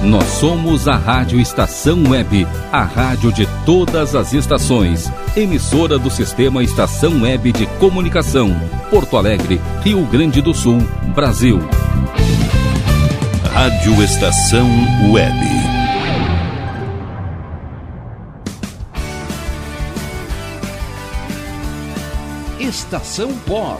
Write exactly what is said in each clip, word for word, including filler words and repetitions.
Nós somos a Rádio Estação Web, a rádio de todas as estações. Emissora do Sistema Estação Web de Comunicação. Porto Alegre, Rio Grande do Sul, Brasil. Rádio Estação Web. Estação Pop.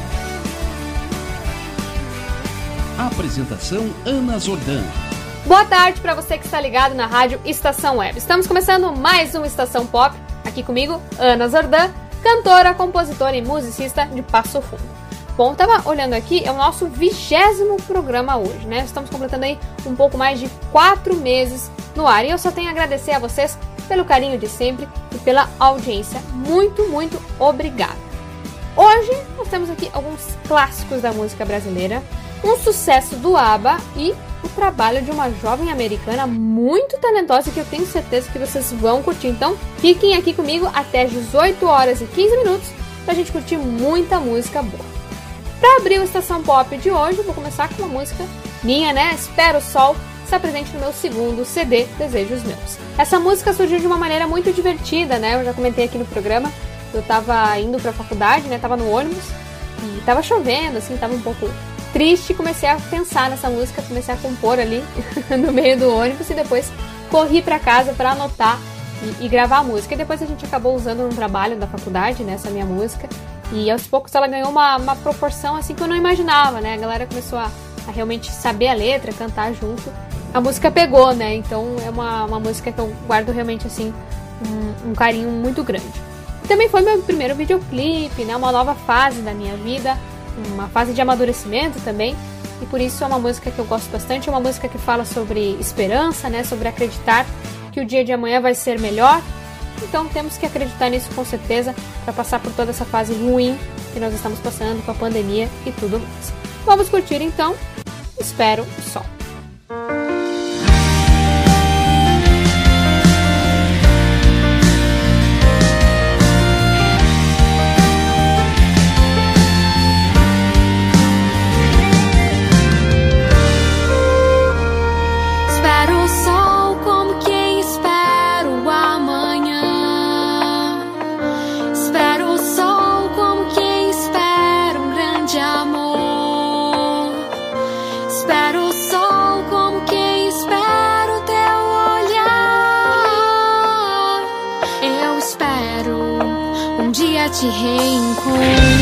Apresentação Ana Zordan. Boa tarde para você que está ligado na Rádio Estação Web. Estamos começando mais um Estação Pop. Aqui comigo, Ana Zordan, cantora, compositora e musicista de Passo Fundo. Bom, estava olhando aqui, é o nosso vigésimo programa hoje, né? Estamos completando aí um pouco mais de quatro meses no ar. E eu só tenho a agradecer a vocês pelo carinho de sempre e pela audiência. Muito, muito obrigada. Hoje nós temos aqui alguns clássicos da música brasileira, um sucesso do ABBA e o trabalho de uma jovem americana muito talentosa que eu tenho certeza que vocês vão curtir. Então, fiquem aqui comigo até às dezoito horas e quinze minutos pra gente curtir muita música boa. Pra abrir o Estação Pop de hoje, eu vou começar com uma música minha, né? Espero o Sol, está presente no meu segundo C D, Desejos Meus. Essa música surgiu de uma maneira muito divertida, né? Eu já comentei aqui no programa. Eu tava indo pra faculdade, né? Tava no ônibus e tava chovendo, assim, tava um pouco triste. Comecei a pensar nessa música, comecei a compor ali no meio do ônibus e depois corri pra casa pra anotar e, e gravar a música. E depois a gente acabou usando no trabalho da faculdade, né? Essa minha música. E aos poucos ela ganhou uma, uma proporção assim que eu não imaginava, né? A galera começou a, a realmente saber a letra, cantar junto. A música pegou, né? Então é uma, uma música que eu guardo realmente assim um, um carinho muito grande. Também foi meu primeiro videoclipe, né? Uma nova fase da minha vida, uma fase de amadurecimento também. E por isso é uma música que eu gosto bastante. É uma música que fala sobre esperança, né? Sobre acreditar que o dia de amanhã vai ser melhor. Então temos que acreditar nisso com certeza para passar por toda essa fase ruim que nós estamos passando com a pandemia e tudo mais. Vamos curtir então Espero o Sol. Te reencontrar.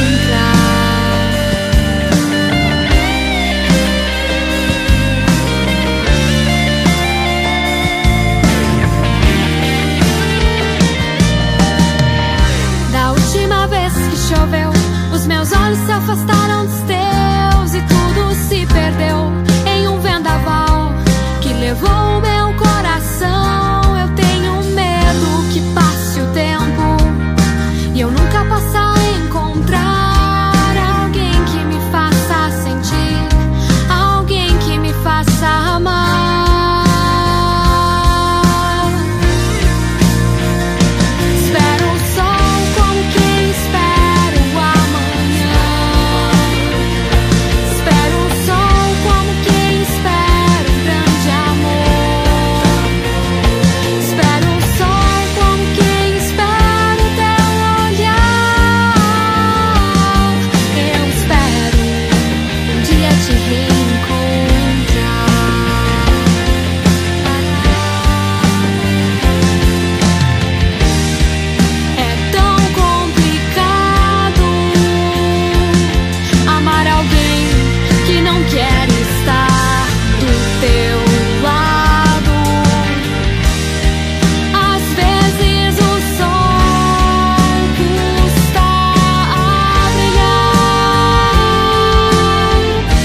Da última vez que choveu, os meus olhos se afastaram dos teus e tudo se perdeu em um vendaval que levou o meu coração. Eu tenho medo que passe o tempo e eu nunca passar a encontrar alguém que me faça sentir, alguém que me faça amar. Espero o sol como quem espera o amanhã. Espero o sol como quem espera um grande amor. Espero o sol como quem espera o teu olhar. Eu espero um dia te reencontrar. É tão complicado amar alguém que não quer estar do teu lado. Às vezes o sol custa a brilhar,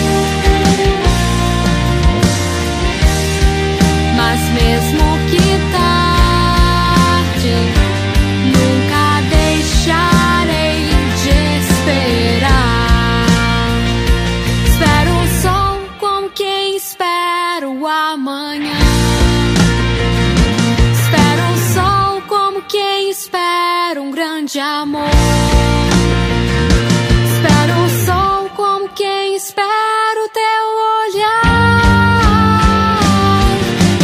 mas mesmo que tarde, nunca deixarei de esperar. Espero o sol como quem espera o amanhã. Espero o sol como quem espera um grande amor. Espero o sol como quem espera o teu olhar.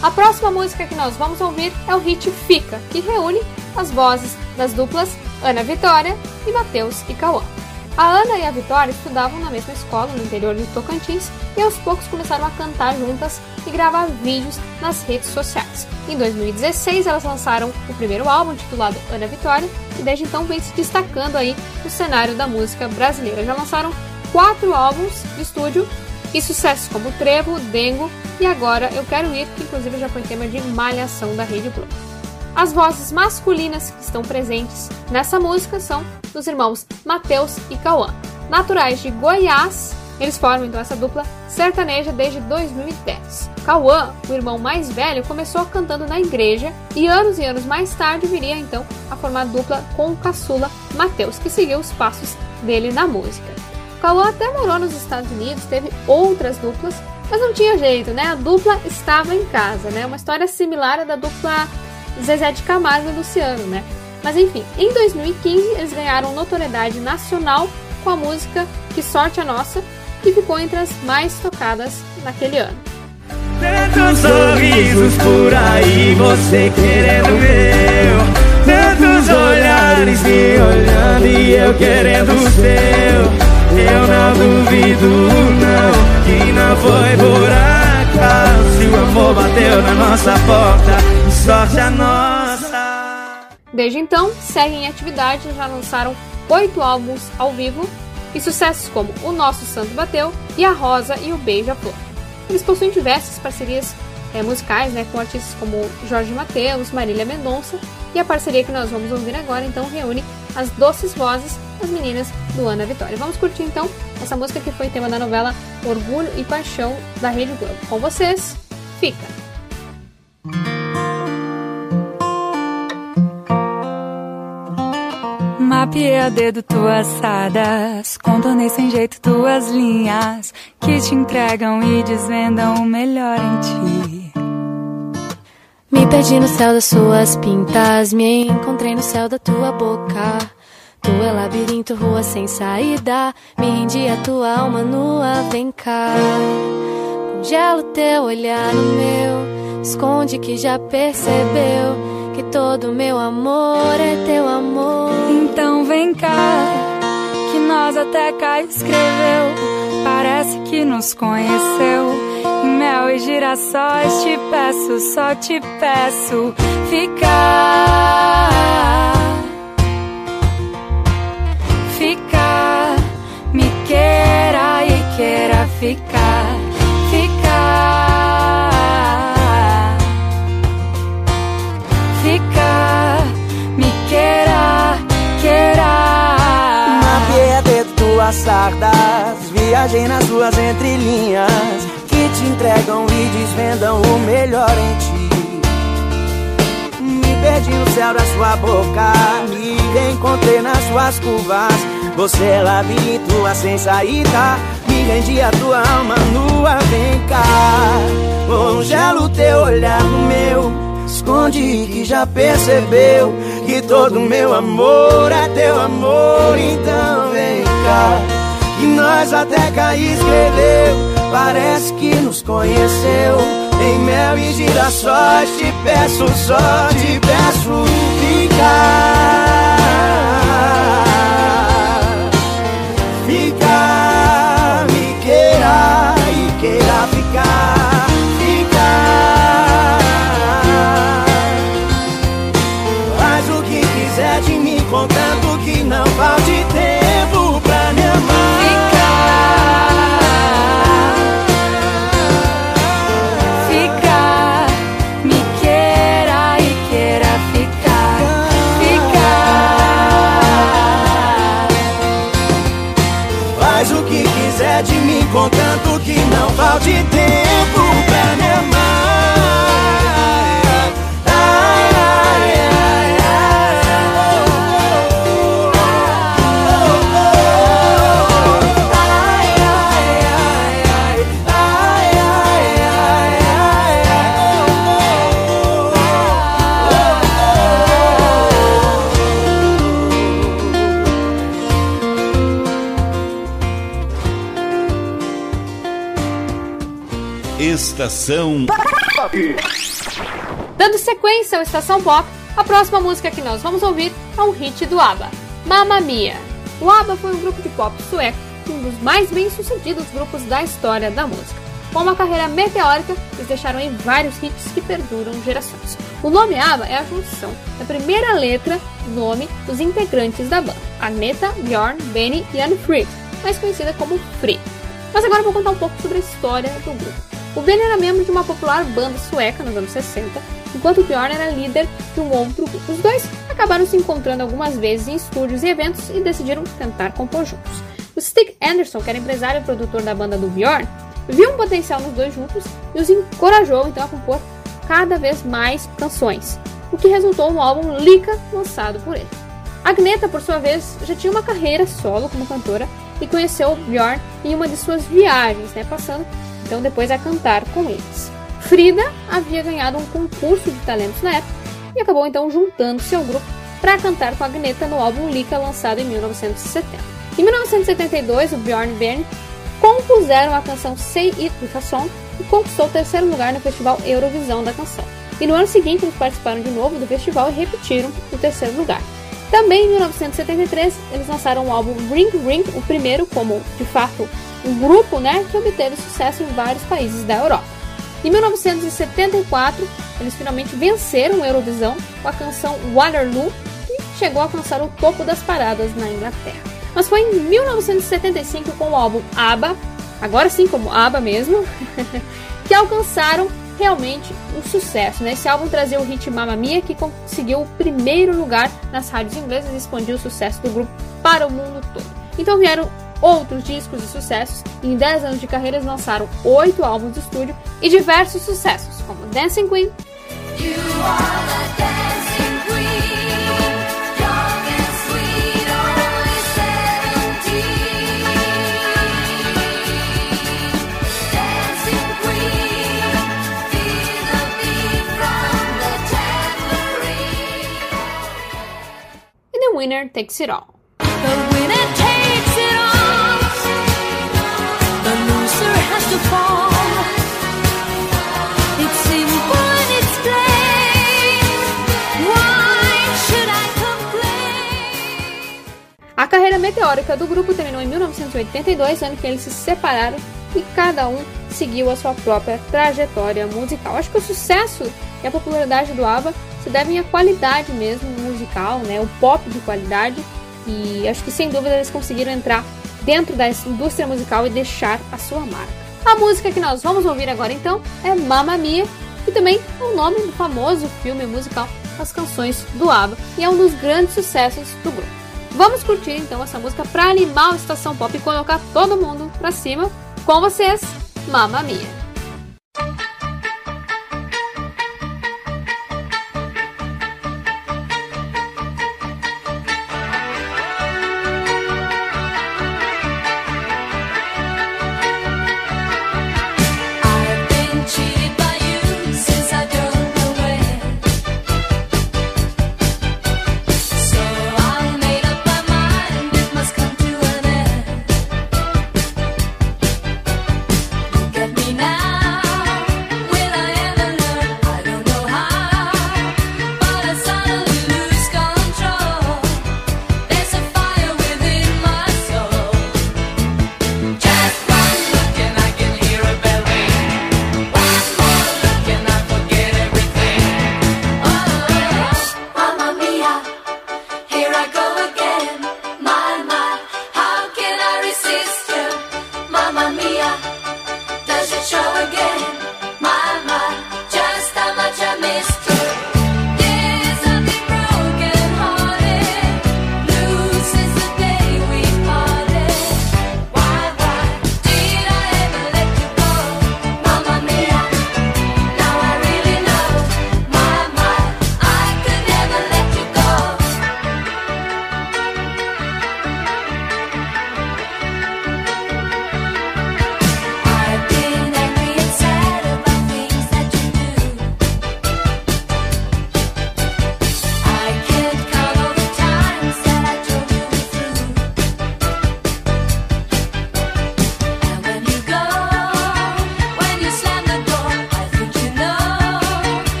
A próxima música que nós vamos ouvir é o hit Fica, que reúne as vozes das duplas Ana Vitória e Matheus e Cauã. A Ana e a Vitória estudavam na mesma escola no interior de Tocantins e aos poucos começaram a cantar juntas e gravar vídeos nas redes sociais. Em dois mil e dezesseis elas lançaram o primeiro álbum intitulado Ana Vitória e desde então vem se destacando aí no cenário da música brasileira. Já lançaram quatro álbuns de estúdio e sucessos como Trevo, Dengo e agora Eu Quero Ir, que inclusive já foi tema de Malhação da Rede Globo. As vozes masculinas que estão presentes nessa música são dos irmãos Matheus e Cauã. Naturais de Goiás, eles formam então essa dupla sertaneja desde dois mil e dez. Cauã, o irmão mais velho, começou cantando na igreja e anos e anos mais tarde viria então a formar dupla com o caçula Matheus, que seguiu os passos dele na música. Cauã até morou nos Estados Unidos, teve outras duplas, mas não tinha jeito, né? A dupla estava em casa, né? Uma história similar à da dupla Zezé de Camargo e Luciano, né? Mas enfim, em dois mil e quinze eles ganharam notoriedade nacional com a música Que Sorte a Nossa, que ficou entre as mais tocadas naquele ano. Tantos sorrisos por aí, você querendo meu, tantos olhares me olhando e eu querendo o seu. Eu não duvido não, que não foi por acaso, se o amor bateu na nossa porta, sorte a nossa. Desde então, seguem em atividade e já lançaram oito álbuns ao vivo e sucessos como O Nosso Santo Bateu e A Rosa e o Beija-Flor. Eles possuem diversas parcerias é, musicais, né, com artistas como Jorge Mateus, Marília Mendonça, e a parceria que nós vamos ouvir agora então reúne as doces vozes das meninas do Ana Vitória. Vamos curtir então essa música que foi tema da novela Orgulho e Paixão da Rede Globo. Com vocês, Fica! Mapeei a dedo tuas sadas, contornei sem jeito tuas linhas que te entregam e desvendam o melhor em ti. Me perdi no céu das suas pintas, me encontrei no céu da tua boca. Tu é labirinto, rua sem saída, me rendi a tua alma nua, vem cá. Congela o teu olhar no meu, esconde que já percebeu que todo meu amor é teu amor. Então vem cá, que nós até cá escreveu, parece que nos conheceu. Em mel e girassóis te peço, só te peço ficar. Ficar, me queira e queira ficar. Ficar, ficar, me queira, queira. Mapeei a dedo tuas sardas, viajei nas ruas entrelinhas que te entregam e desvendam o melhor em ti. Me perdi no céu da sua boca, me reencontrei nas suas curvas. Você é labirinto, a sem saída, me rendi a tua alma nua, vem cá. Congela o teu olhar no meu, esconde que já percebeu que todo meu amor é teu amor. Então vem cá, que nós até cá escreveu, parece que nos conheceu. Em mel e girassóis te peço, só te peço ficar. Ficar, me queira e queira ficar. Ficar, faz o que quiser de mim, contanto que não falte tempo pra me amar. De mim, contanto que não falte tempo pra me amar. Ai, ai, ai, ai, Estação Pop. Dando sequência ao Estação Pop, a próxima música que nós vamos ouvir é um hit do ABBA, Mamma Mia. O ABBA foi um grupo de pop sueco, um dos mais bem-sucedidos grupos da história da música. Com uma carreira meteórica, eles deixaram aí vários hits que perduram gerações. O nome ABBA é a junção da primeira letra do nome dos integrantes da banda, Agneta, Björn, Benny e Ann-Frid, mais conhecida como Frid. Mas agora eu vou contar um pouco sobre a história do grupo. O Benny era membro de uma popular banda sueca nos anos sessenta, enquanto o Björn era líder de um outro grupo. Os dois acabaram se encontrando algumas vezes em estúdios e eventos e decidiram tentar compor juntos. O Stig Anderson, que era empresário e produtor da banda do Björn, viu um potencial nos dois juntos e os encorajou então a compor cada vez mais canções, o que resultou no álbum Lika, lançado por ele. Agneta, por sua vez, já tinha uma carreira solo como cantora e conheceu o Björn em uma de suas viagens, né, passando então depois a cantar com eles. Frida havia ganhado um concurso de talentos na época e acabou então juntando-se ao grupo para cantar com a Agneta no álbum Lika, lançado em mil novecentos e setenta. Em mil novecentos e setenta e dois, o Björn e Benny compuseram a canção Say It With A Song e conquistou o terceiro lugar no Festival Eurovisão da canção. E no ano seguinte eles participaram de novo do festival e repetiram o terceiro lugar. Também em mil novecentos e setenta e três eles lançaram o álbum Ring Ring, o primeiro como, de fato, um grupo, né, que obteve sucesso em vários países da Europa. Em mil novecentos e setenta e quatro eles finalmente venceram o Eurovisão com a canção Waterloo, que chegou a alcançar o topo das paradas na Inglaterra. Mas foi em mil novecentos e setenta e cinco com o álbum ABBA, agora sim como ABBA mesmo, que alcançaram realmente um sucesso, né? Esse álbum trazia o hit Mamma Mia, que conseguiu o primeiro lugar nas rádios inglesas e expandiu o sucesso do grupo para o mundo todo. Então vieram outros discos e sucessos, e em dez anos de carreira eles lançaram oito álbuns de estúdio e diversos sucessos, como Dancing Queen, You are the dancing queen, young and sweet, only seventeen. Dancing queen, feel the beat from the tambourine. e The Winner Takes It All. The winner takes it all, the loser has to fall. It's simple and it's plain, why should I complain? A carreira meteórica do grupo terminou em mil novecentos e oitenta e dois, ano que eles se separaram e cada um seguiu a sua própria trajetória musical. Acho que o sucesso e a popularidade do ABBA se devem à qualidade mesmo musical, né, o pop de qualidade, e acho que sem dúvida eles conseguiram entrar dentro da indústria musical e deixar a sua marca. A música que nós vamos ouvir agora então é Mamma Mia, que também é o nome do famoso filme musical As Canções do ABBA, e é um dos grandes sucessos do grupo. Vamos curtir então essa música para animar a Estação Pop e colocar todo mundo pra cima. Com vocês, Mamma Mia. I've been cheated by you since I drove away, so I made up my mind it must come to an end. Look at me now.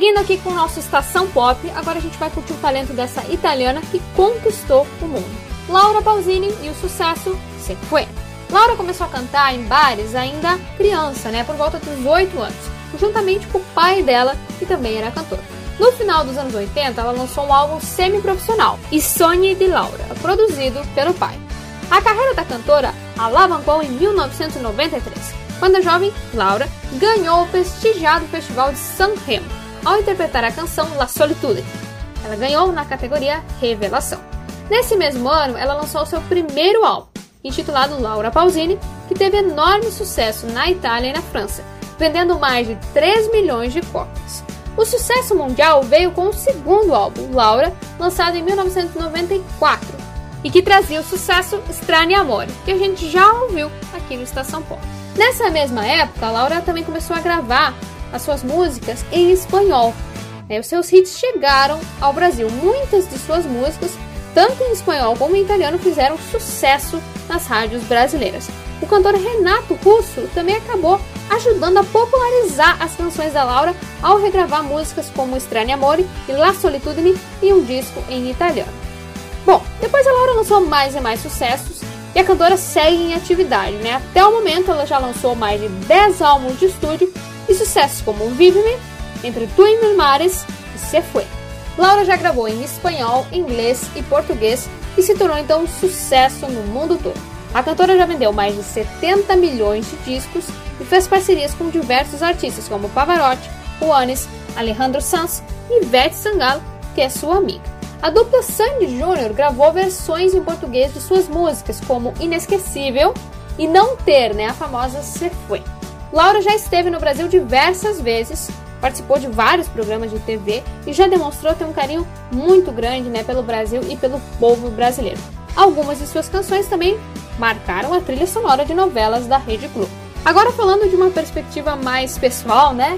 Seguindo aqui com o nosso Estação Pop, agora a gente vai curtir o talento dessa italiana que conquistou o mundo. Laura Pausini e o sucesso Se Fue. Laura começou a cantar em bares ainda criança, né, por volta dos oito anos, juntamente com o pai dela, que também era cantor. No final dos anos oitenta, ela lançou um álbum semi-profissional, I Sogni di Laura, produzido pelo pai. A carreira da cantora alavancou em mil novecentos e noventa e três, quando a jovem Laura ganhou o prestigiado Festival de Sanremo, ao interpretar a canção La Solitude. Ela ganhou na categoria Revelação. Nesse mesmo ano, ela lançou seu primeiro álbum, intitulado Laura Pausini, que teve enorme sucesso na Itália e na França, vendendo mais de três milhões de cópias. O sucesso mundial veio com o segundo álbum, Laura, lançado em mil novecentos e noventa e quatro, e que trazia o sucesso Strani Amore, que a gente já ouviu aqui no Estação Pop. Nessa mesma época, a Laura também começou a gravar as suas músicas em espanhol. É, os seus hits chegaram ao Brasil. Muitas de suas músicas, tanto em espanhol como em italiano, fizeram sucesso nas rádios brasileiras. O cantor Renato Russo também acabou ajudando a popularizar as canções da Laura ao regravar músicas como Strani Amore e La Solitudine em um disco em italiano. Bom, depois a Laura lançou mais e mais sucessos e a cantora segue em atividade, né? Até o momento ela já lançou mais de dez álbuns de estúdio e sucessos como Vive-me, Entre Tu e Mil Mares e Se Fue. Laura já gravou em espanhol, inglês e português e se tornou então um sucesso no mundo todo. A cantora já vendeu mais de setenta milhões de discos e fez parcerias com diversos artistas como Pavarotti, Juanes, Alejandro Sanz e Ivete Sangalo, que é sua amiga. A dupla Sandy Júnior gravou versões em português de suas músicas como Inesquecível e Não Ter, né, a famosa Se Fue. Laura já esteve no Brasil diversas vezes, participou de vários programas de T V e já demonstrou ter um carinho muito grande, né, pelo Brasil e pelo povo brasileiro. Algumas de suas canções também marcaram a trilha sonora de novelas da Rede Globo. Agora falando de uma perspectiva mais pessoal, né?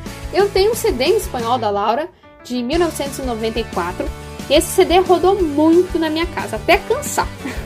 Eu tenho um C D em espanhol da Laura, de mil novecentos e noventa e quatro, e esse C D rodou muito na minha casa, até cansar.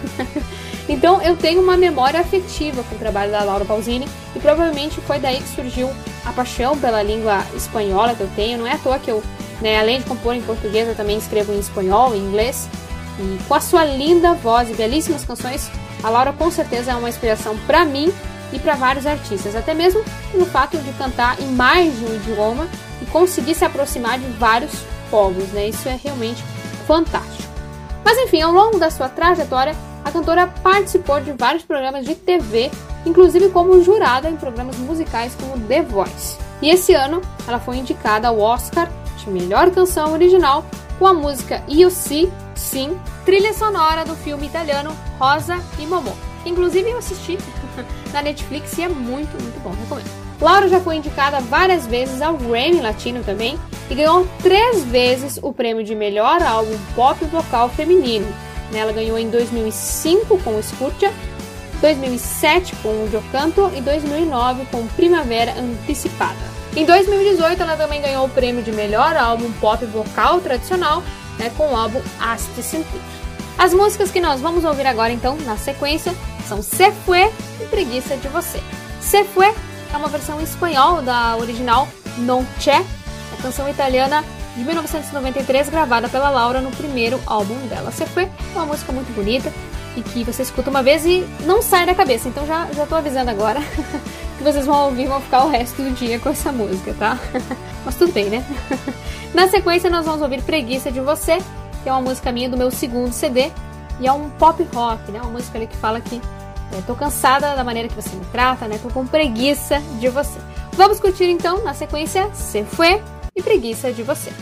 Então eu tenho uma memória afetiva com o trabalho da Laura Pausini e provavelmente foi daí que surgiu a paixão pela língua espanhola que eu tenho. Não é à toa que eu, né, além de compor em português, eu também escrevo em espanhol, em inglês. E com a sua linda voz e belíssimas canções, a Laura com certeza é uma inspiração para mim e para vários artistas, até mesmo pelo fato de cantar em mais de um idioma e conseguir se aproximar de vários povos, né? Isso é realmente fantástico. Mas enfim, ao longo da sua trajetória, a cantora participou de vários programas de T V, inclusive como jurada em programas musicais como The Voice. E esse ano, ela foi indicada ao Oscar de Melhor Canção Original com a música Io Sì, Sim, trilha sonora do filme italiano Rosa e Momo. Inclusive eu assisti na Netflix e é muito, muito bom, recomendo. Laura já foi indicada várias vezes ao Grammy Latino também e ganhou três vezes o prêmio de melhor álbum pop vocal feminino. Ela ganhou em dois mil e cinco com Escucha, dois mil e sete com o Yo Canto e dois mil e nove com Primavera Antecipada. Em dois mil e dezoito ela também ganhou o prêmio de melhor álbum pop vocal tradicional, né, com o álbum Hazte Sentir. As músicas que nós vamos ouvir agora então na sequência são Se Fue e Preguiça de Você. Se Fue é uma versão em espanhol da original Non C'è, a canção italiana de mil novecentos e noventa e três, gravada pela Laura no primeiro álbum dela. Se Fue é uma música muito bonita e que você escuta uma vez e não sai da cabeça, então já, já tô avisando agora que vocês vão ouvir e vão ficar o resto do dia com essa música, tá? Mas tudo bem, né? Na sequência nós vamos ouvir Preguiça de Você, que é uma música minha do meu segundo C D, e é um pop rock, né? Uma música ali que fala que é, tô cansada da maneira que você me trata, né? Tô com preguiça de você. Vamos curtir então, na sequência, Se Fue e Preguiça de Você.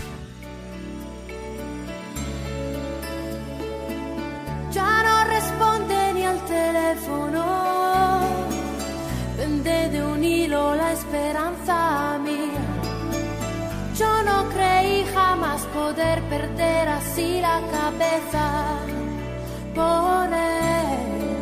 Ya no responde ni al teléfono, pende de un hilo la esperanza mía. Yo no creí jamás poder perder así la cabeza por él,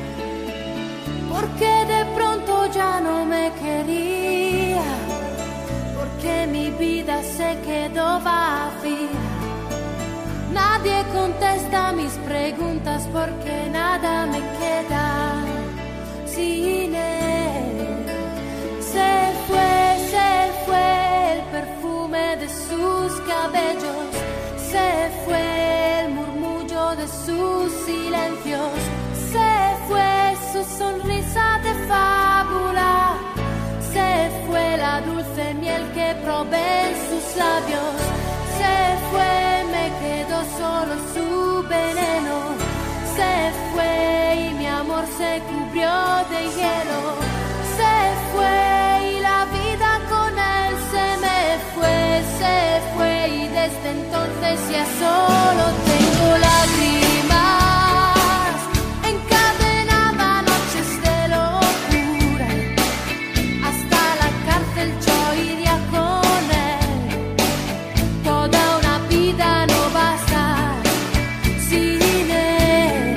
porque de pronto ya no me quería, porque mi vida se quedó vacía. Nadie contesta mis preguntas porque nada me queda sin él. Se fue, se fue el perfume cabellos, se fue el murmullo de sus silencios, se fue su sonrisa de fábula, se fue la dulce miel que probé en sus labios, se fue, me quedó solo su veneno, se fue y mi amor se cubrió de hielo, se fue y la vida con él se me fue, se fue y desde entonces ya solo tengo lágrimas, encadenaba noches de locura, hasta la cárcel yo iría con él, toda una vida no basta sin él,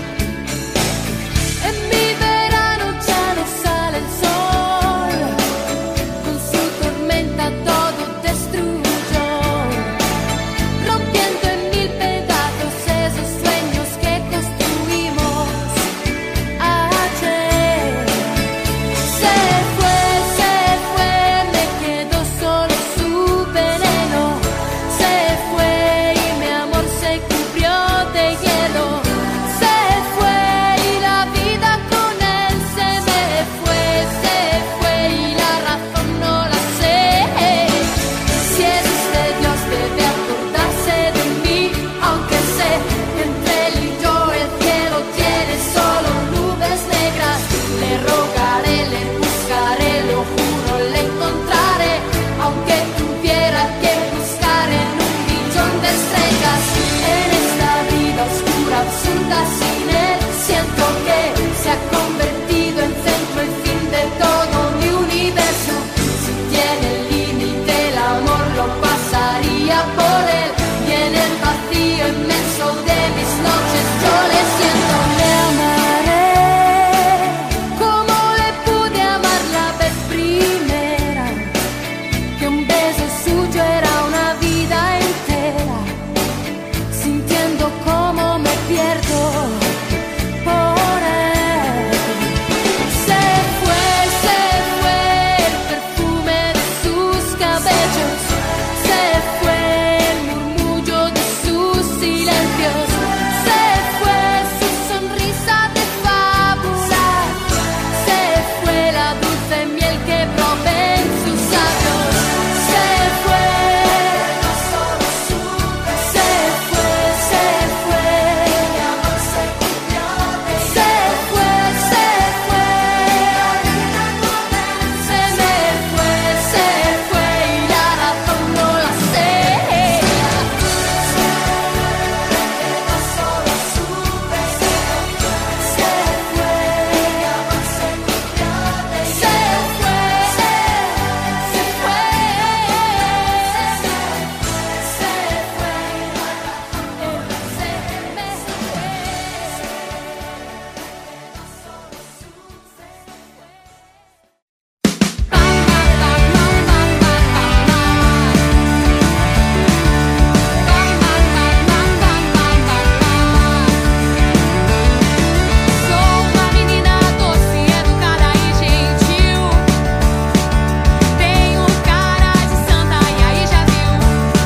en mi verano ya no sale el sol, con su tormenta todo destruyó, rompiendo en mil pedazos esos sueños que construimos ayer. Se fue, se fue, me quedó solo su veneno, se fue y mi amor se cubrió de hielo, se fue y la vida con él se me fue, se fue y la razón no la sé. Si existe Dios debe acordarse de mí, aunque sé que entre él y yo el cielo tiene solo nubes negras. Le rogaré, le buscaré, lo juro, le encontraré, aunque tuviera que buscar en un millón de estrellas. En esta vida oscura, absurda, sin él, siento que se ha convertido en centro y fin de todo mi universo. Si tiene límite el amor lo pasaría por él, y en el vacío inmenso de mis noches yo le siento. Le amaré como le pude amar la vez primera, que un beso suyo era una vida entera, sintiendo cómo me pierdo por él. Se fue, se fue el perfume de sus cabellos, se fue el murmullo de sus silencios, se fue su sonrisa de fábula, se fue la dulce miel que probé en sus labios, se fue, se fue, se fue, mi amor se cubrió de hielo, se fue, se fue, se me fue, se fue y la razón no la sé. Se quedó solo su veneno, se fue, mi amor se cubrió de hielo, se fue, se fue, se fue, se me Sou uma menina doce, educada e gentil. Tenho cara de santa e aí já viu.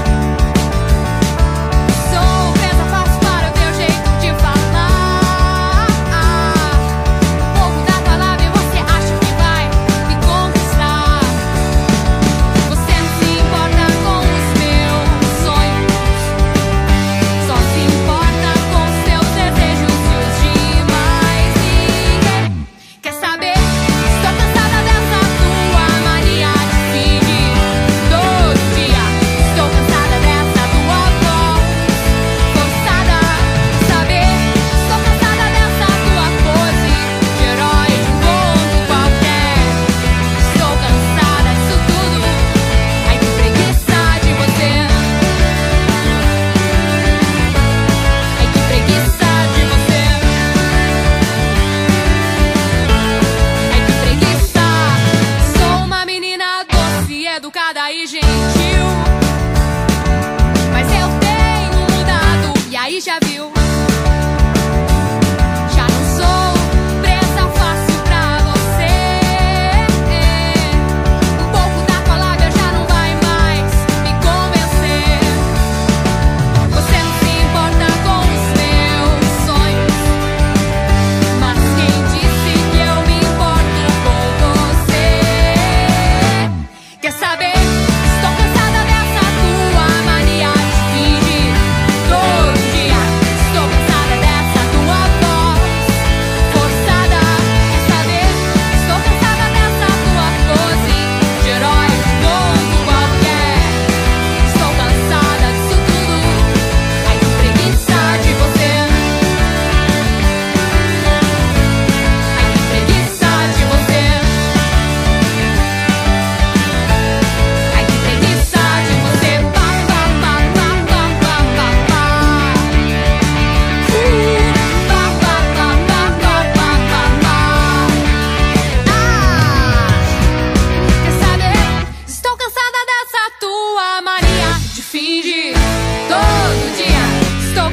Sou presa fácil para o teu jeito de falar. Um pouco da tua lábia você acha que vai me conquistar. Você não se importa com os meus sonhos, só se importa com os teus desejos e os de mais ninguém. Quer saber? Estou cansada dessa tua mania de fingir todo dia. Estou cansada dessa tua voz forçada. Saber? Estou cansada dessa tua pose de herói de um conto qualquer. Estou cansada disso tudo. Ai, que preguiça de você. Ai, que preguiça de você. Ai, que preguiça. Sou uma menina doce, educada e gentil, mas eu tenho mudado e aí já viu. Já não sou presa fácil pra você. Um pouco da tua lábia já não vai mais me convencer.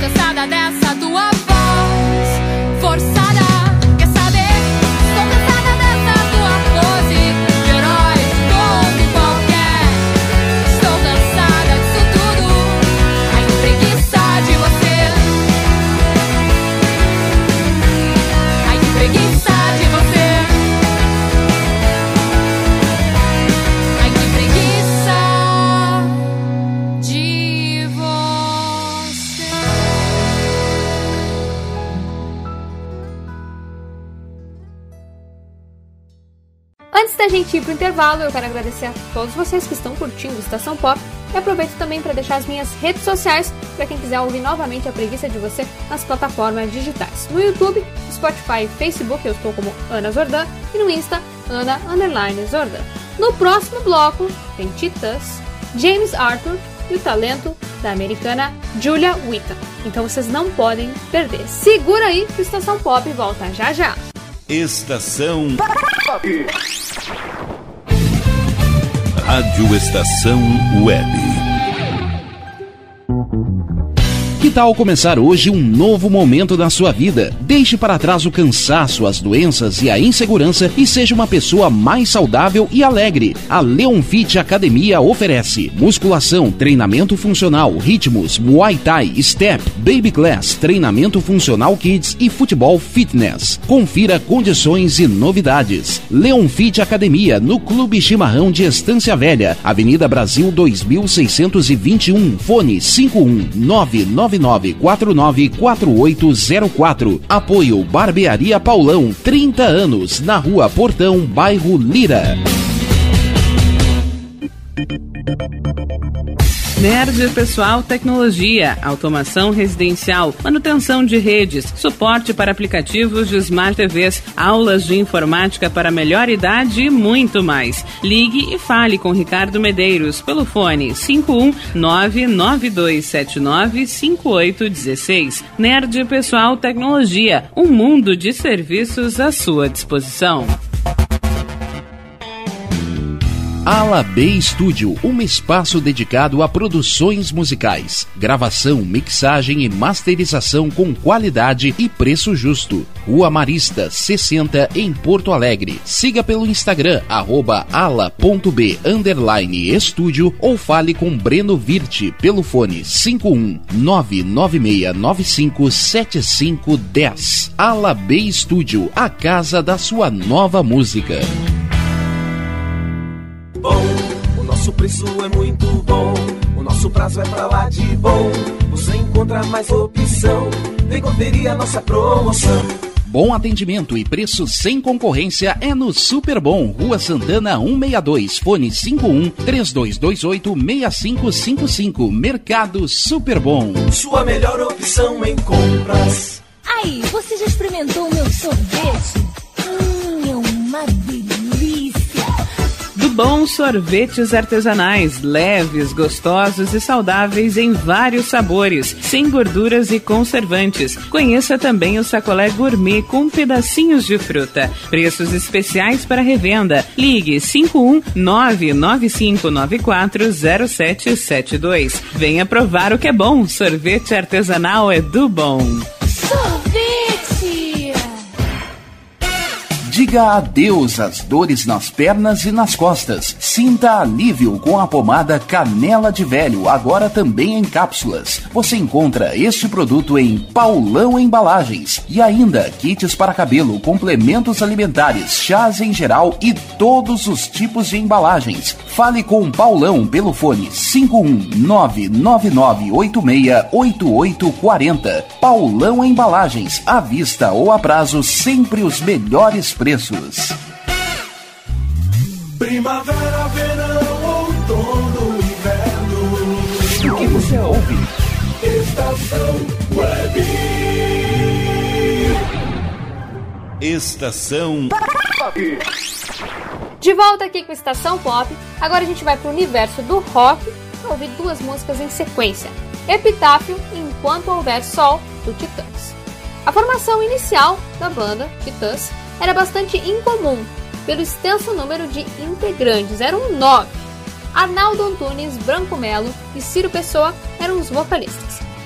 cansada dessa tua voz forçada. Quer saber? Estou cansada dessa tua pose de herói todo e qualquer. Estou cansada disso tudo. Ai, que preguiça de você. Ai, que preguiça de você. Ai, que preguiça de você. Antes da gente ir pro intervalo, eu quero agradecer a todos vocês que estão curtindo Estação Pop e aproveito também para deixar as minhas redes sociais para quem quiser ouvir novamente a preguiça de você nas plataformas digitais. No YouTube, Spotify e Facebook eu estou como Ana Zordan e no Insta, Ana Underline Zordan. No próximo bloco tem Titãs, James Arthur e o talento da americana Julia Wheaton. Então vocês não podem perder. Segura aí que o Estação Pop volta já já. Estação Pop. Rádio Estação Web. Que tal começar hoje um novo momento na sua vida? Deixe para trás o cansaço, as doenças e a insegurança e seja uma pessoa mais saudável e alegre. A Leon Fit Academia oferece musculação, treinamento funcional, ritmos, Muay Thai, Step, Baby Class, treinamento funcional Kids e futebol fitness. Confira condições e novidades. Leon Fit Academia, no Clube Chimarrão de Estância Velha, Avenida Brasil dois mil seiscentos e vinte e um, fone cinco um nove nove nove quatro nove quatro oito zero quatro. Apoio Barbearia Paulão, trinta anos, na Rua Portão, bairro Lira. Nerd Pessoal Tecnologia, automação residencial, manutenção de redes, suporte para aplicativos de Smart T Vs, aulas de informática para melhor idade e muito mais. Ligue e fale com Ricardo Medeiros pelo fone cinco um nove nove dois sete nove cinco oito um seis. Nerd Pessoal Tecnologia, um mundo de serviços à sua disposição. Ala B Studio, um espaço dedicado a produções musicais, gravação, mixagem e masterização com qualidade e preço justo. Rua Marista, sessenta, em Porto Alegre. Siga pelo Instagram, arroba ala.b underline estúdio ou fale com Breno Virte pelo fone cinco um nove nove seis nove cinco sete cinco um zero. Ala B Studio, a casa da sua nova música. Bom, o nosso preço é muito bom, o nosso prazo é pra lá de bom. Você encontra mais opção, vem conferir a nossa promoção. Bom atendimento e preço sem concorrência é no Super Bom, Rua Santana cento e sessenta e dois, fone cinco um três dois dois oito seis cinco cinco cinco. Mercado Super Bom. Sua melhor opção em compras. Aí, você já experimentou o meu sorvete? Hum, é uma delícia. Do Bom Sorvetes Artesanais, leves, gostosos e saudáveis em vários sabores, sem gorduras e conservantes. Conheça também o sacolé gourmet com pedacinhos de fruta. Preços especiais para revenda. Ligue cinco um nove nove cinco nove quatro zero sete sete dois. Venha provar o que é bom. Sorvete artesanal é do Bom. Sorvete! Diga adeus às dores nas pernas e nas costas. Sinta alívio com a pomada Canela de Velho, agora também em cápsulas. Você encontra este produto em Paulão Embalagens. E ainda kits para cabelo, complementos alimentares, chás em geral e todos os tipos de embalagens. Fale com Paulão pelo fone cinco um nove nove nove oito seis oito oito quatro zero. Paulão Embalagens, à vista ou a prazo, sempre os melhores preços. Preços. Primavera, verão, outono, inverno. O que você ouve? Estação Web. Estação Pop. De volta aqui com a Estação Pop, agora a gente vai pro universo do rock para ouvir duas músicas em sequência. Epitáfio e Enquanto Houver Sol, do Titãs. A formação inicial da banda, Titãs, era bastante incomum, pelo extenso número de integrantes, eram nove. Arnaldo Antunes, Branco Melo e Ciro Pessoa eram os vocalistas.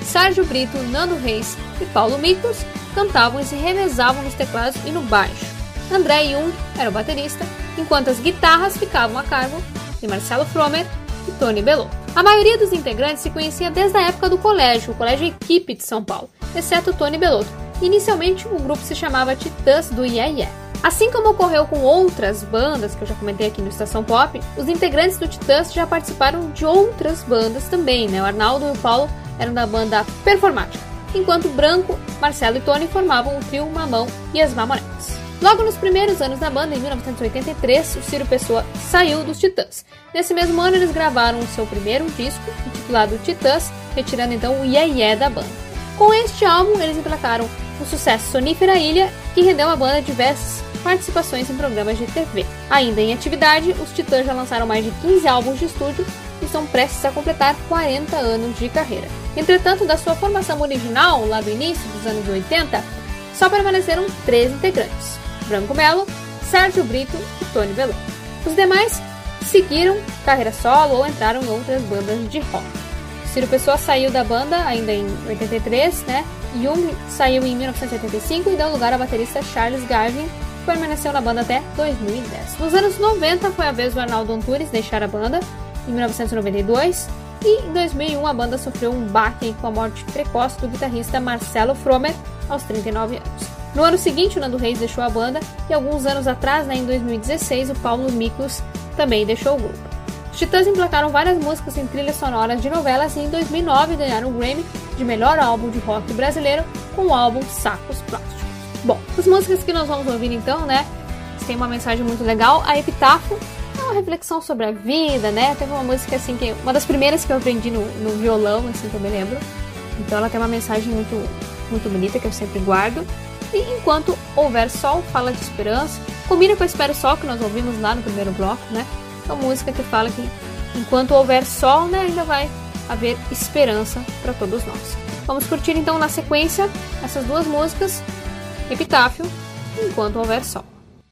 Sérgio Brito, Nando Reis e Paulo Miklos cantavam e se revezavam nos teclados e no baixo. André Jung era o baterista, enquanto as guitarras ficavam a cargo de Marcelo Fromer e Tony Bellotto. A maioria dos integrantes se conhecia desde a época do colégio, o Colégio Equipe de São Paulo, exceto Tony Bellotto. Inicialmente, o grupo se chamava Titãs do Yeah Yeah. Assim como ocorreu com outras bandas que eu já comentei aqui no Estação Pop, os integrantes do Titãs já participaram de outras bandas também, né? O Arnaldo e o Paulo eram da banda Performática, enquanto Branco, Marcelo e Tony formavam o trio Mamão e as Mamonetes. Logo nos primeiros anos da banda, em mil novecentos e oitenta e três, o Ciro Pessoa saiu dos Titãs. Nesse mesmo ano, eles gravaram o seu primeiro disco, intitulado Titãs, retirando então o Yeah Yeah da banda. Com este álbum, eles emplacaram o sucesso Sonífera Ilha, que rendeu à banda diversas participações em programas de T V. Ainda em atividade, os Titãs já lançaram mais de quinze álbuns de estúdio e estão prestes a completar quarenta anos de carreira. Entretanto, da sua formação original, lá do início dos anos oitenta, só permaneceram três integrantes: Branco Melo, Sérgio Brito e Tony Bellotto. Os demais seguiram carreira solo ou entraram em outras bandas de rock. Ciro Pessoa saiu da banda ainda em oitenta e três, né? Jung saiu em mil novecentos e oitenta e cinco e deu lugar ao baterista Charles Garvin, que permaneceu na banda até dois mil e dez. Nos anos noventa foi a vez do Arnaldo Antunes deixar a banda, em mil novecentos e noventa e dois, e em dois mil e um a banda sofreu um baque com a morte precoce do guitarrista Marcelo Fromer, aos trinta e nove anos. No ano seguinte, o Nando Reis deixou a banda e alguns anos atrás, né, em dois mil e dezesseis, o Paulo Miklos também deixou o grupo. Os Titãs emplacaram várias músicas em trilhas sonoras de novelas e em dois mil e nove ganharam o Grammy de melhor álbum de rock brasileiro com o álbum Sacos Plásticos. Bom, as músicas que nós vamos ouvir então, né, tem uma mensagem muito legal. A Epitáfio é uma reflexão sobre a vida, né, teve uma música assim, que uma das primeiras que eu aprendi no, no violão, assim, que eu me lembro. Então ela tem uma mensagem muito, muito bonita que eu sempre guardo. E Enquanto Houver Sol fala de esperança, combina com Espero Sol, que nós ouvimos lá no primeiro bloco, né? É uma música que fala que enquanto houver sol, né, ainda vai haver esperança para todos nós. Vamos curtir então na sequência essas duas músicas, Epitáfio e Enquanto Houver Sol.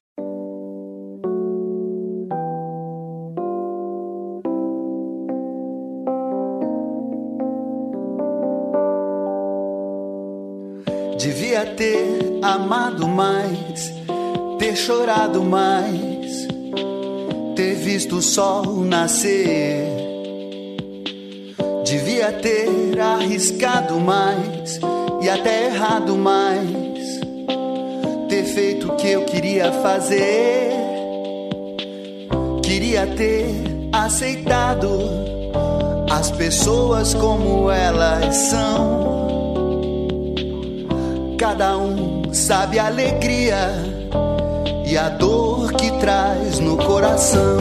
Devia ter amado mais, ter chorado mais, ter visto o sol nascer. Devia ter arriscado mais e até errado mais, ter feito o que eu queria fazer. Queria ter aceitado as pessoas como elas são. Cada um sabe a alegria e a dor que traz no coração.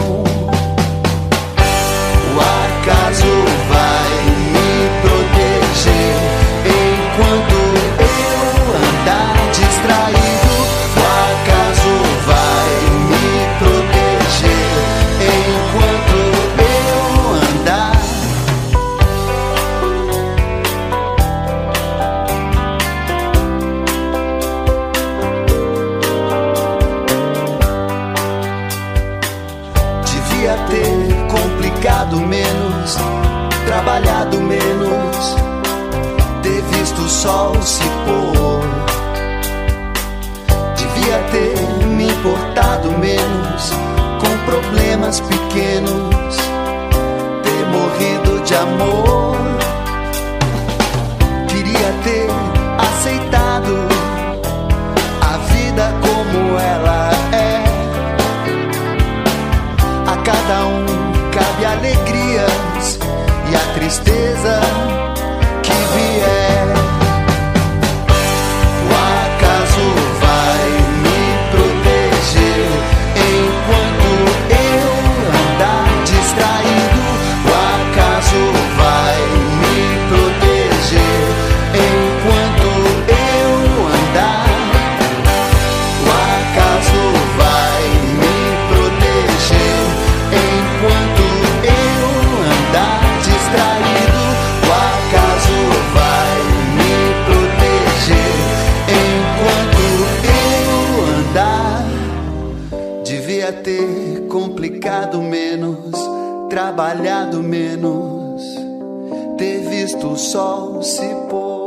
O acaso vai me proteger enquanto eu andar distraído. O acaso vai me proteger enquanto eu andar. Devia ter complicado menos, trabalhado menos, ter visto o sol se pôr. Devia ter me importado menos com problemas pequenos, ter morrido de amor. Queria ter aceitado a vida como ela é. A cada um cabe alegrias e a tristeza que vier. O acaso vai me proteger enquanto eu andar distraído. O acaso vai sol se pôr.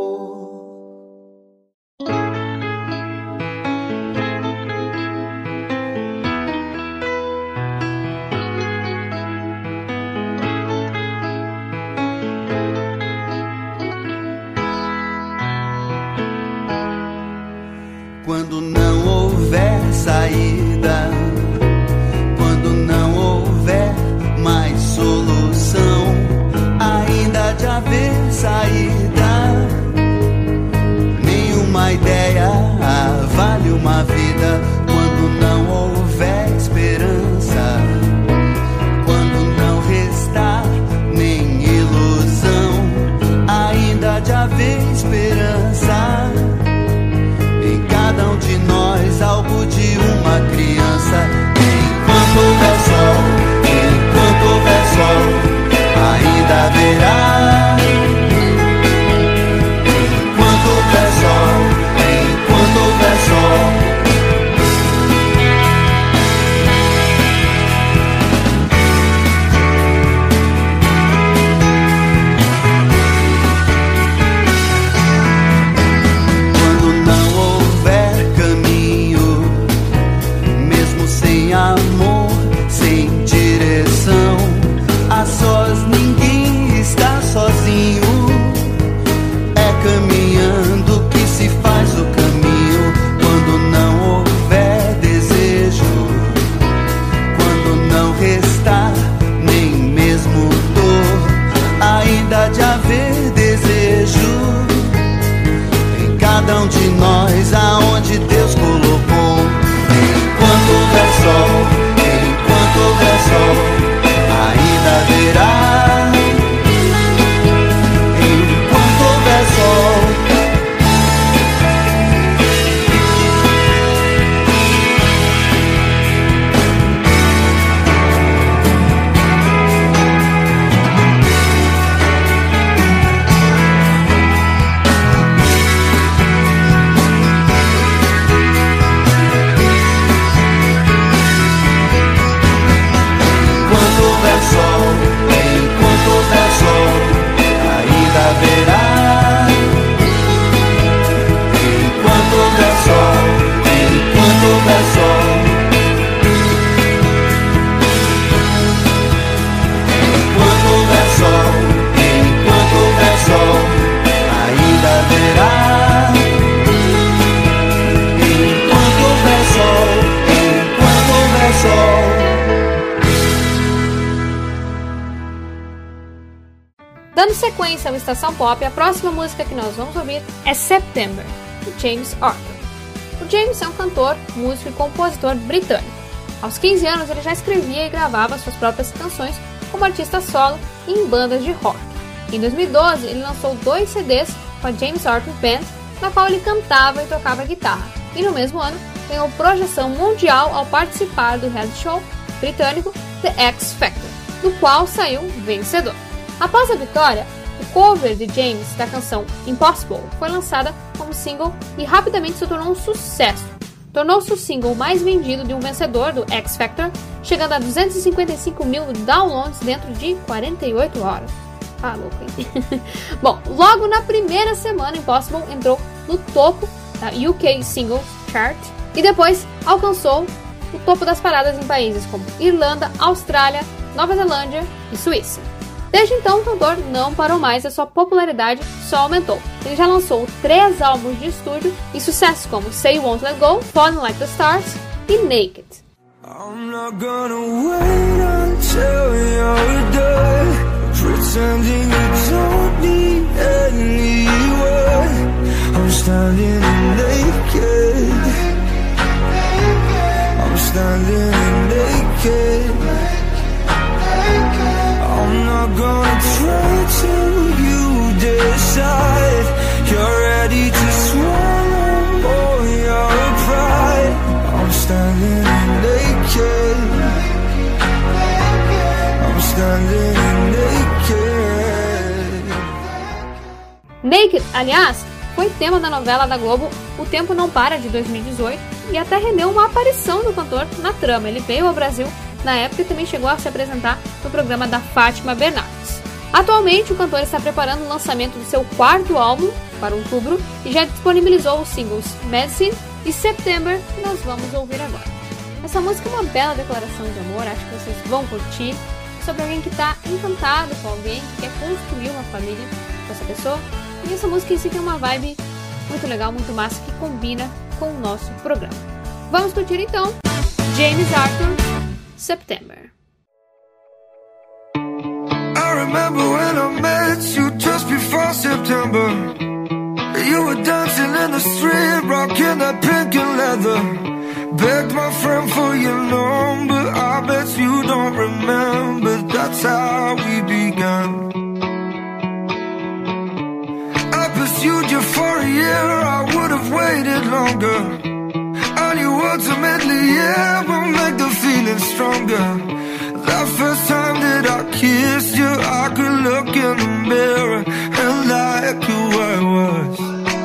Quando não houver saída, quando não houver mais solução, ainda de haver saída, nenhuma ideia vale uma vida. Quando não houver esperança, quando não restar nem ilusão, ainda de haver esperança. Em cada um de nós, algo de uma criança. Enquanto houver sol, enquanto houver sol, ainda haverá. Enquanto houver sol, enquanto houver sol. Amor sem direção, a sós ninguém está sozinho. É caminhando que se faz o caminho. Quando não houver desejo, quando não restar nem mesmo dor, ainda de haver desejo em cada um de nós, aonde Deus colocou. Enquanto houver sol, enquanto houver sol, ainda haverá. Enquanto houver sol. Dando sequência ao Estação Pop, a próxima música que nós vamos ouvir é September, de James Arthur. O James é um cantor, músico e compositor britânico. Aos quinze anos ele já escrevia e gravava suas próprias canções como artista solo e em bandas de rock. Em dois mil e doze ele lançou dois C Ds com a James Arthur Band, na qual ele cantava e tocava guitarra. E no mesmo ano ganhou projeção mundial ao participar do reality show britânico The X Factor, do qual saiu vencedor. Após a vitória, o cover de James da canção Impossible foi lançada como single e rapidamente se tornou um sucesso. Tornou-se o single mais vendido de um vencedor do X Factor, chegando a duzentos e cinquenta e cinco mil downloads dentro de quarenta e oito horas. Ah, louco, hein? Bom, logo na primeira semana, Impossible entrou no topo da U K Singles Chart e depois alcançou o topo das paradas em países como Irlanda, Austrália, Nova Zelândia e Suíça. Desde então, o cantor não parou mais, a sua popularidade só aumentou. Ele já lançou três álbuns de estúdio e sucessos como Say You Won't Let Go, Falling Like the Stars e Naked. I'm not gonna wait until you're done pretending you don't need anyone. I'm standing naked. I'm standing naked. I'm not gonna try till you decide you're ready to swallow all your pride. I'm standing naked. I'm standing naked. Naked, aliás, foi tema da novela da Globo O Tempo Não Para, de dois mil e dezoito, e até rendeu uma aparição do cantor na trama. Ele veio ao Brasil na época e também chegou a se apresentar no programa da Fátima Bernardes. Atualmente, o cantor está preparando o lançamento do seu quarto álbum para outubro e já disponibilizou os singles Medicine e September, que nós vamos ouvir agora. Essa música é uma bela declaração de amor, acho que vocês vão curtir, sobre alguém que está encantado com alguém, que quer construir uma família com essa pessoa. E essa música em si tem uma vibe muito legal, muito massa, que combina com o nosso programa. Vamos curtir então James Arthur, September. I remember when I met you just before September. You were dancing in the street, rocking that pink and leather. Begged my friend for your number, I bet you don't remember. That's how we began. I pursued you for a year, I would have waited longer. I knew ultimately, yeah, will make the feeling stronger. That first time that I kissed you, I could look in the mirror and like who I was.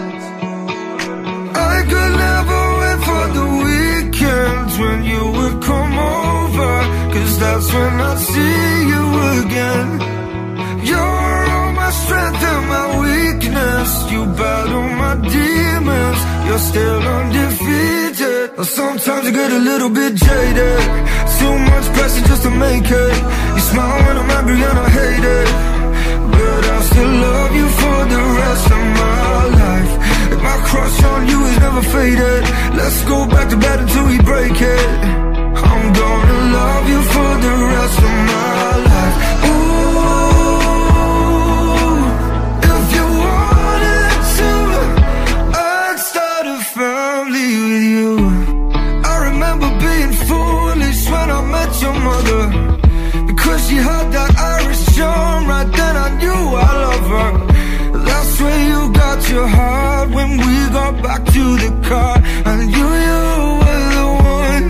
I could never wait for the weekends when you would come over, cause that's when I'd see you again. You're all my strength and my weakness, you battle my demons, you're still undefeated. Sometimes I get a little bit jaded, too much pressure just to make it. You smile when I'm angry and I hate it, but I still love you for the rest of my life. If my crush on you is never faded, let's go back to bed until we break it. I'm gonna love you for the rest of my life. Ooh, if you wanted to, I'd start a family with you. I remember being foolish when I met your mother, because she had that Irish charm. Right then I knew I love her. That's where you got your heart. When we got back to the car, I knew you were the one.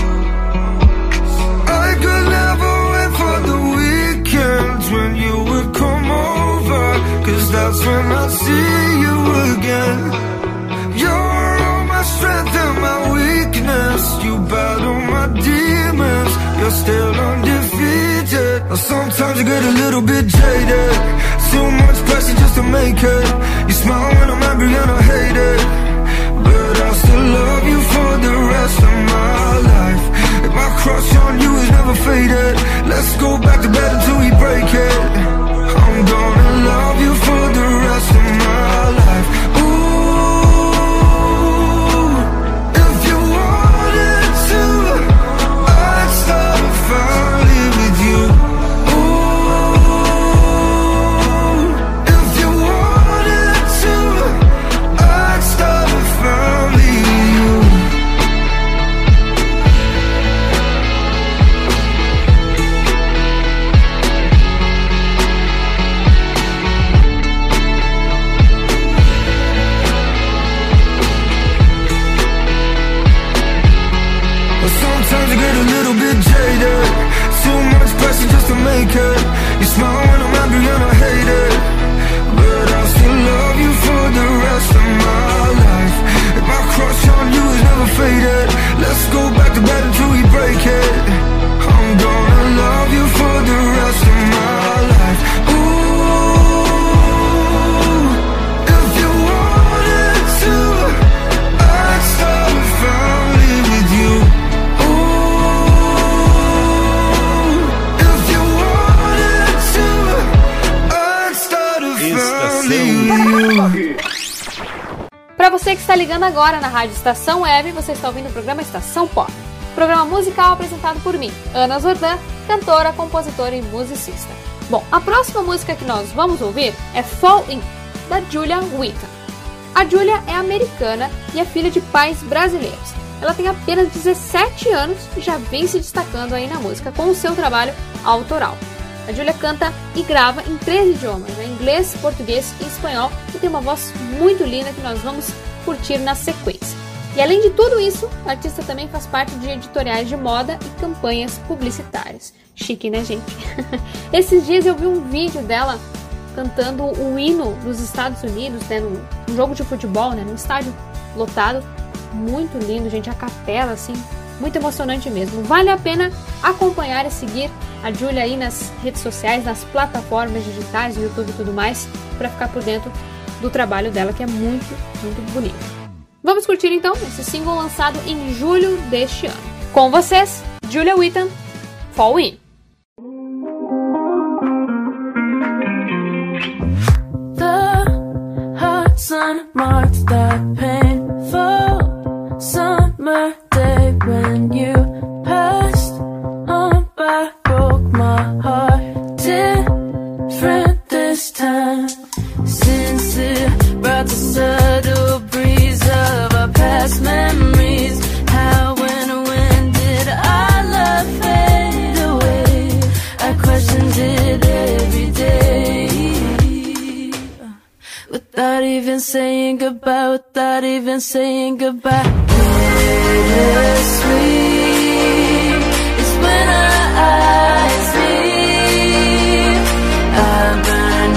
I could never wait for the weekends when you would come over, cause that's when I'd see you again. You're all my strength and my weakness, you battle my demons, you're still undefeated. Sometimes I get a little bit jaded, too much pressure just to make it. You smile when I'm angry and I hate it, but I still love you for the rest of my life. If my crush on you is never faded, let's go back to bed until we break it. I'm gonna love you for the rest of my life. Ooh, if you wanted to, I'd start a family with you. Make it. You smile when I'm angry and I hate it, but I still love you for the rest of my life. If my crush on you is never faded, let's go back to bed until we break it. I'm gonna love you for the rest of my life. Ooh, if you wanted to, I'd start a family with you. Para você que está ligando agora na Rádio Estação Web, você está ouvindo o programa Estação Pop, programa musical apresentado por mim, Ana Zordan, cantora, compositora e musicista. Bom, a próxima música que nós vamos ouvir é Fall In, da Julia Wheaton. A Julia é americana e é filha de pais brasileiros. Ela tem apenas dezessete anos e já vem se destacando aí na música com o seu trabalho autoral. A Julia canta e grava em três idiomas, né? Inglês, português e espanhol, e tem uma voz muito linda que nós vamos curtir na sequência. E além de tudo isso, a artista também faz parte de editoriais de moda e campanhas publicitárias. Chique, né, gente? Esses dias eu vi um vídeo dela cantando o hino dos Estados Unidos, né, num, num jogo de futebol, né, num estádio lotado. Muito lindo, gente, a capela, assim, muito emocionante mesmo. Vale a pena acompanhar e seguir a Julia aí nas redes sociais, nas plataformas digitais, YouTube e tudo mais, para ficar por dentro do trabalho dela, que é muito, muito bonito. Vamos curtir então esse single lançado em julho deste ano. Com vocês, Julia Wheaton, Fall In. The hot sun marks that painful summer day when you passed on by, broke my heart. Different this time, since it brought the subtle breeze of our past memories. How and when did our love fade away? I questioned it every day, without even saying goodbye, without even saying goodbye. Bittersweet is when our eyes meet. I burn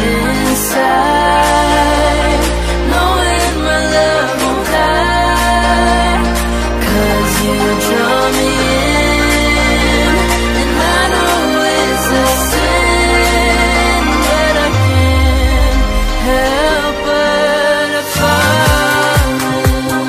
inside, knowing my love won't die. 'Cause you draw me in, and I know it's a sin, but I can't help but to fall in.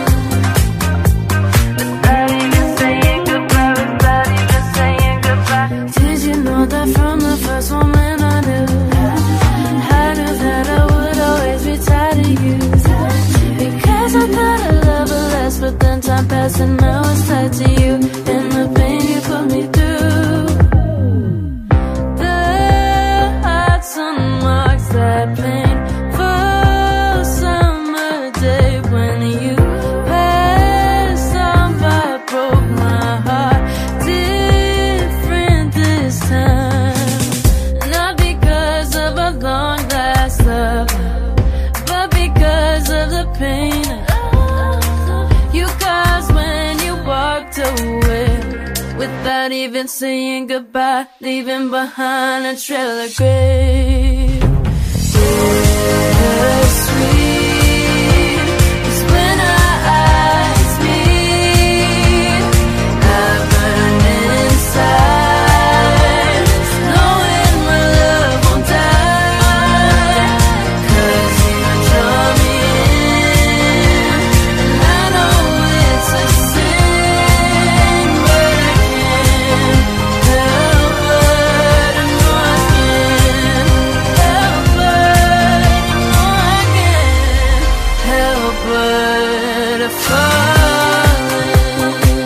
Without even saying goodbye, without even saying goodbye. Did you know that from the first moment I knew, I knew that I would always be tied to you? Because I thought I love would last, but then time passed and now it's tied to you, and the pain you put me through. The hot sun marks that painful summer day when you passed on by, broke my heart. Different this time, not because of a long last love, but because of the pain you caused when you walked away, without even saying goodbye, leaving behind a trail of grey. Bittersweet is when our eyes meet. I burn inside, knowing my love won't die. 'Cause you draw me in, and I know it's a sin, but I can't help but to know I can't help but to know I can't help but to fall in.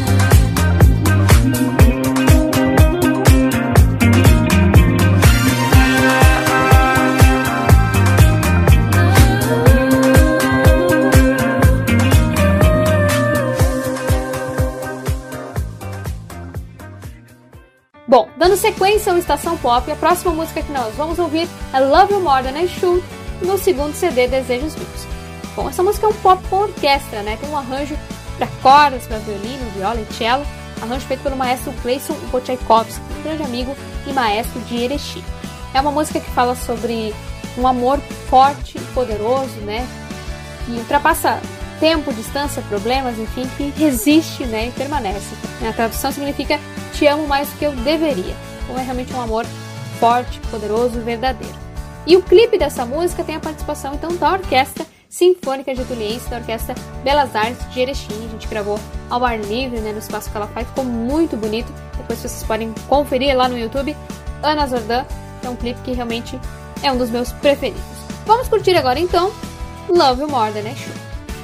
Bom, dando sequência ao Estação Pop, a próxima música que nós vamos ouvir é Love You More Than I Should, no segundo C D Desejos Vivos. Bom, essa música é um pop com orquestra, né? Tem um arranjo para cordas, para violino, viola e cello, arranjo feito pelo maestro Clayson Botchaikovsky, um grande amigo e maestro de Erechim. É uma música que fala sobre um amor forte e poderoso, né? Que ultrapassa tempo, distância, problemas, enfim, que resiste, né, e permanece. A tradução significa te amo mais do que eu deveria. Então é realmente um amor forte, poderoso e verdadeiro. E o clipe dessa música tem a participação então da Orquestra Sinfônica Getuliense, da Orquestra Belas Artes de Erechim. A gente gravou ao ar livre, né, no espaço Calafate, ficou muito bonito. Depois vocês podem conferir lá no YouTube. Ana Zordan, é um clipe que realmente é um dos meus preferidos. Vamos curtir agora então Love You More Than I Should.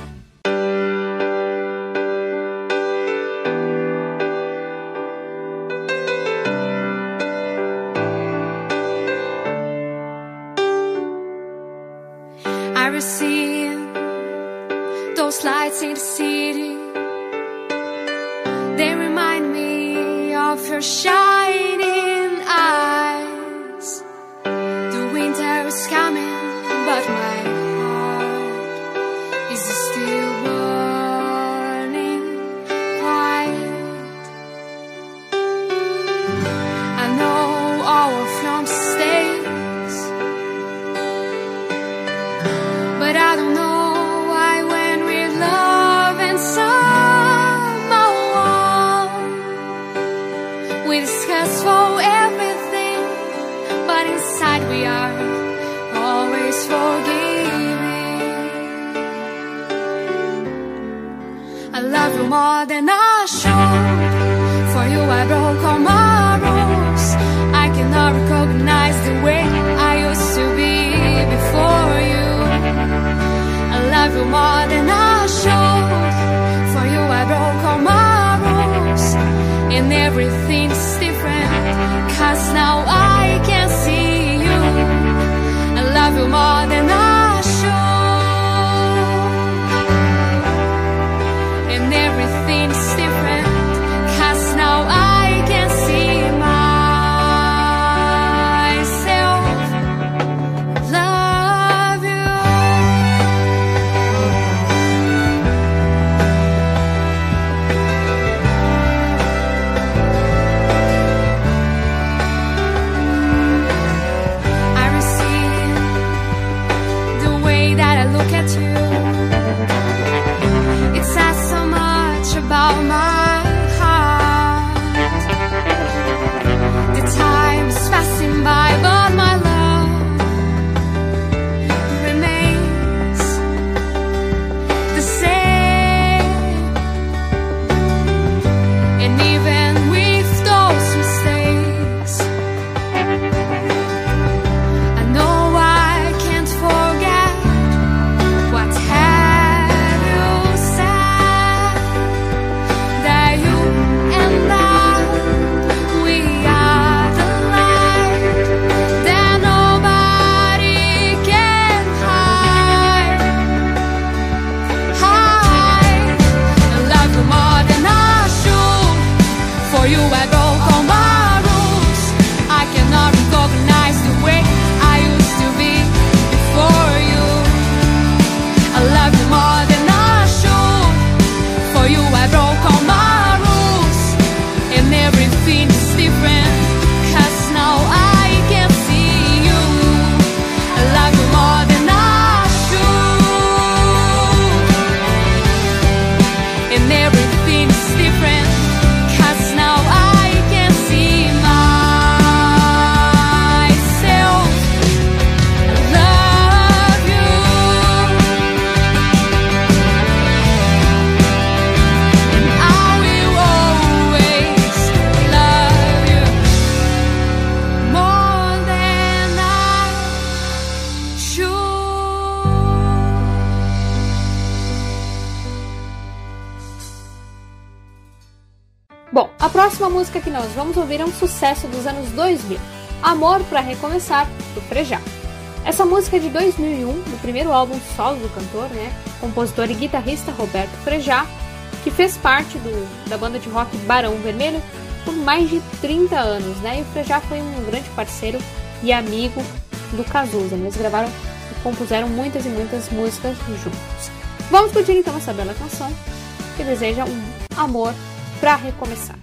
I receive those lights in the city. They remind me of your shining eyes. The winter is coming, but my heart is still burning quiet. I know our film stays, but I don't know why when we're loving someone, we discover I love you more than I should. For you I broke all my rules. I cannot recognize the way I used to be before you. I love you more than I should. For you I broke all my rules. And everything's different, 'cause now I can see you. I love you more than I should. And everything's different, 'cause now I can see myself. Love you. I receive the way that I look at you. It says so much about my heart. The time is passing by, but my love remains the same. And even with those mistakes, I know I can't forget what have you said. That you and I, we are the light that nobody can hide. Hide. I love you more than I should. For you I broke all my rules. I cannot recognize the way I used to be before you. I love you more than I should. For you I broke all my rules. And everything's different, 'cause now I can see you. I love you more than I should. And everything's different, 'cause now I can see myself. I love you. And I will always love you more than I should. Bom, a próxima música que nós vamos ouvir é um sucesso dos anos dois mil, Amor Pra Recomeçar, do Frejá. Essa música é de dois mil e um, do primeiro álbum solo do cantor, né, compositor e guitarrista Roberto Frejá, que fez parte do, da banda de rock Barão Vermelho por mais de trinta anos, né, e o Frejá foi um grande parceiro e amigo do Cazuza. Eles gravaram e compuseram muitas e muitas músicas juntos. Vamos curtir então essa bela canção que deseja um amor pra recomeçar.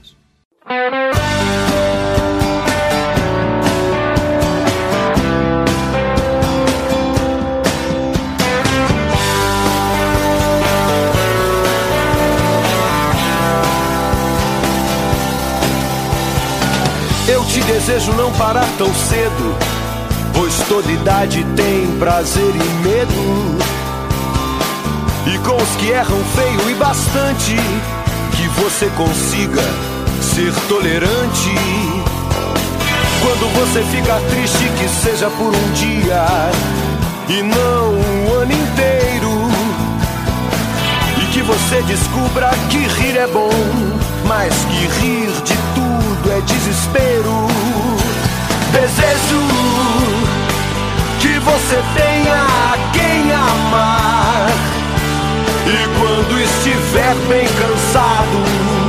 Eu te desejo não parar tão cedo, pois toda idade tem prazer e medo. E com os que erram feio e bastante, que você consiga ser tolerante. Quando você fica triste, que seja por um dia e não um ano inteiro. E que você descubra que rir é bom, mas que rir de tudo é desespero. Desejo que você tenha a quem amar. E quando estiver bem cansado,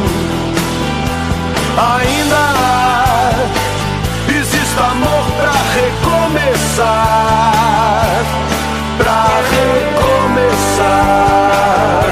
ainda existe amor pra recomeçar, pra recomeçar.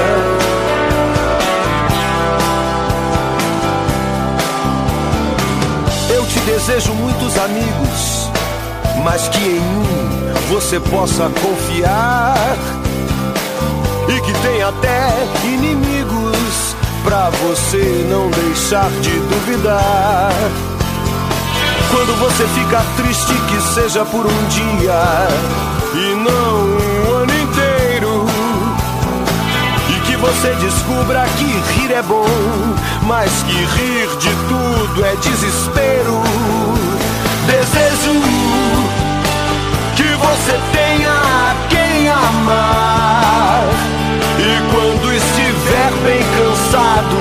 Eu te desejo muitos amigos, mas que em um você possa confiar. E que tem até inimigos, pra você não deixar de duvidar. Quando você fica triste, que seja por um dia e não um ano inteiro. E que você você descubra que rir é bom, mas que rir de tudo é desespero. Desejo que você tenha quem amar, e quando estiver bem cansado,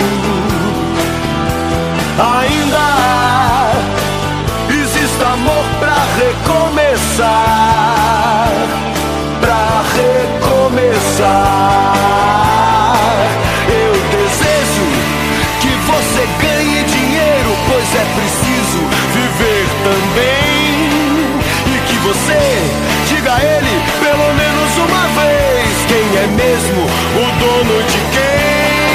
ainda existe amor pra recomeçar, pra recomeçar. Eu desejo que você ganhe dinheiro, pois é preciso viver também, e que você diga a ele pelo menos uma vez quem é mesmo o dono de quem.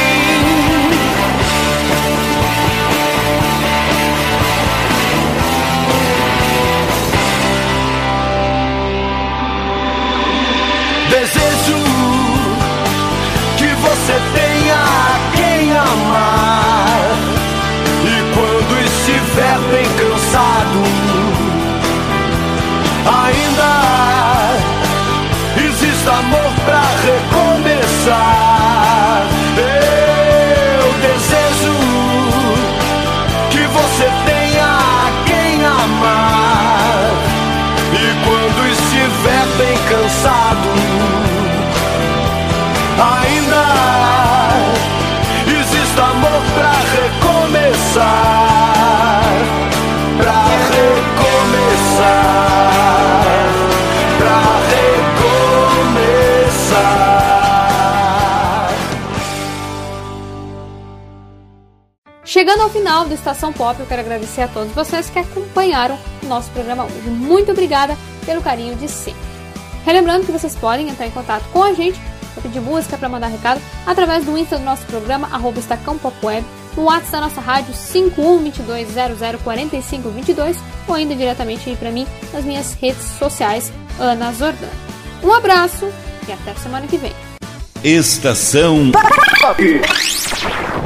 Desejo que você tenha quem amar, e quando estiver bem cansado, ainda existe amor pra recomeçar. Eu desejo que você tenha quem amar, e quando estiver bem cansado, ainda existe amor pra recomeçar, pra recomeçar, pra recomeçar. Chegando ao final do Estação Pop, eu quero agradecer a todos vocês que acompanharam o nosso programa hoje. Muito obrigada pelo carinho de sempre. Relembrando que vocês podem entrar em contato com a gente para pedir música, para mandar recado, através do Insta do nosso programa, arroba Estacão Pop Web, no WhatsApp da nossa rádio cinco um dois dois zero zero quatro cinco dois dois, ou ainda diretamente aí para mim nas minhas redes sociais, Ana Zordan. Um abraço e até semana que vem. Estação Pop.